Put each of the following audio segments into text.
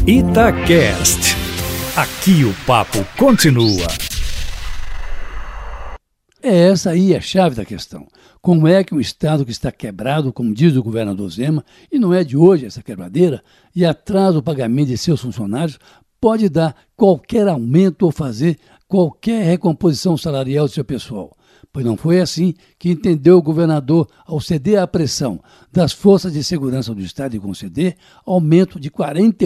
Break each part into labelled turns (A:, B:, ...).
A: Itacast. Aqui o papo continua.
B: Essa aí é a chave da questão. Como é que um Estado que está quebrado, como diz o governador Zema, e não é de hoje essa quebradeira, e atrasa o pagamento de seus funcionários, pode dar qualquer aumento ou fazer qualquer recomposição salarial do seu pessoal? Pois não foi assim que entendeu o governador ao ceder à pressão das forças de segurança do Estado e conceder aumento de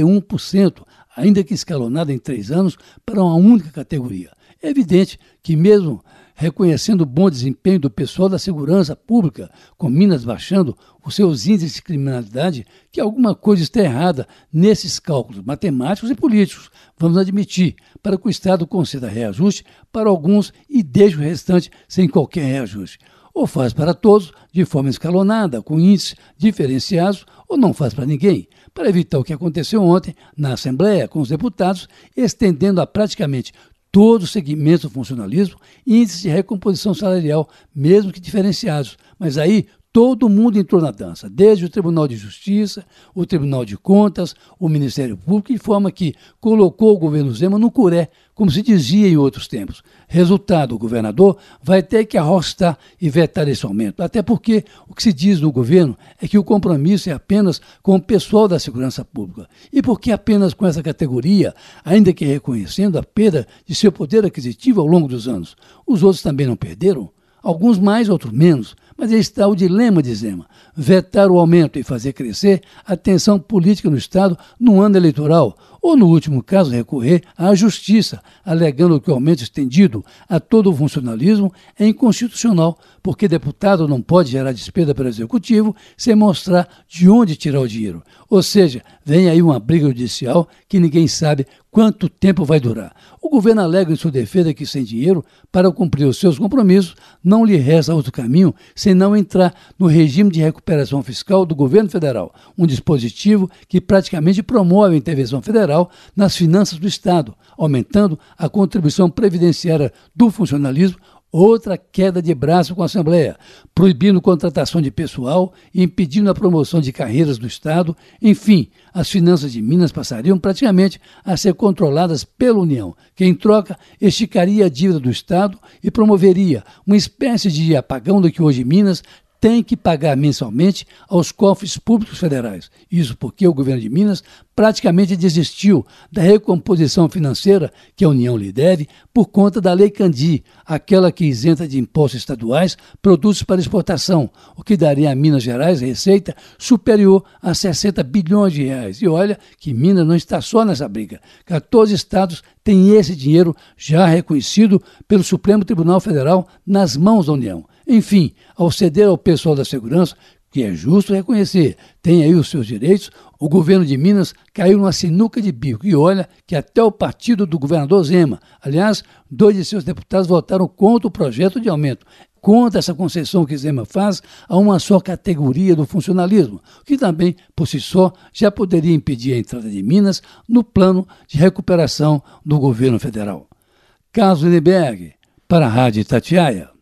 B: 41%, ainda que escalonado em 3 anos, para uma única categoria. É evidente que mesmo reconhecendo o bom desempenho do pessoal da segurança pública, com Minas baixando os seus índices de criminalidade, que alguma coisa está errada nesses cálculos matemáticos e políticos, vamos admitir, para que o Estado conceda reajuste para alguns e deixe o restante sem qualquer reajuste. Ou faz para todos, de forma escalonada, com índices diferenciados, ou não faz para ninguém, para evitar o que aconteceu ontem na Assembleia com os deputados, estendendo a praticamente todos os segmentos do funcionalismo, índices de recomposição salarial, mesmo que diferenciados. Mas aí todo mundo entrou na dança, desde o Tribunal de Justiça, o Tribunal de Contas, o Ministério Público, de forma que colocou o governo Zema no curé, como se dizia em outros tempos. Resultado, o governador vai ter que arrostar e vetar esse aumento, até porque o que se diz no governo é que o compromisso é apenas com o pessoal da segurança pública. E por que apenas com essa categoria, ainda que reconhecendo a perda de seu poder aquisitivo ao longo dos anos? Os outros também não perderam? Alguns mais, outros menos, mas aí está o dilema de Zema: vetar o aumento e fazer crescer a tensão política no Estado no ano eleitoral, ou, no último caso, recorrer à Justiça, alegando que o aumento estendido a todo o funcionalismo é inconstitucional, porque deputado não pode gerar despesa para o Executivo sem mostrar de onde tirar o dinheiro. Ou seja, vem aí uma briga judicial que ninguém sabe quanto tempo vai durar. O governo alega em sua defesa que sem dinheiro para cumprir os seus compromissos não lhe resta outro caminho senão entrar no regime de recuperação fiscal do governo federal, um dispositivo que praticamente promove a intervenção federal nas finanças do Estado, aumentando a contribuição previdenciária do funcionalismo. Outra queda de braço com a Assembleia, proibindo contratação de pessoal e impedindo a promoção de carreiras no Estado. Enfim, as finanças de Minas passariam praticamente a ser controladas pela União, que em troca esticaria a dívida do Estado e promoveria uma espécie de apagão do que hoje Minas tem que pagar mensalmente aos cofres públicos federais. Isso porque o governo de Minas praticamente desistiu da recomposição financeira que a União lhe deve por conta da Lei Candir, aquela que isenta de impostos estaduais produtos para exportação, o que daria a Minas Gerais receita superior a 60 bilhões de reais. E olha que Minas não está só nessa briga. 14 estados têm esse dinheiro já reconhecido pelo Supremo Tribunal Federal nas mãos da União. Enfim, ao ceder ao pessoal da segurança, que é justo reconhecer, tem aí os seus direitos, o governo de Minas caiu numa sinuca de bico. E olha que até o partido do governador Zema, aliás, 2 de seus deputados votaram contra o projeto de aumento, contra essa concessão que Zema faz a uma só categoria do funcionalismo, que também, por si só, já poderia impedir a entrada de Minas no plano de recuperação do governo federal. Carlos Lindenberg, para a Rádio Itatiaia.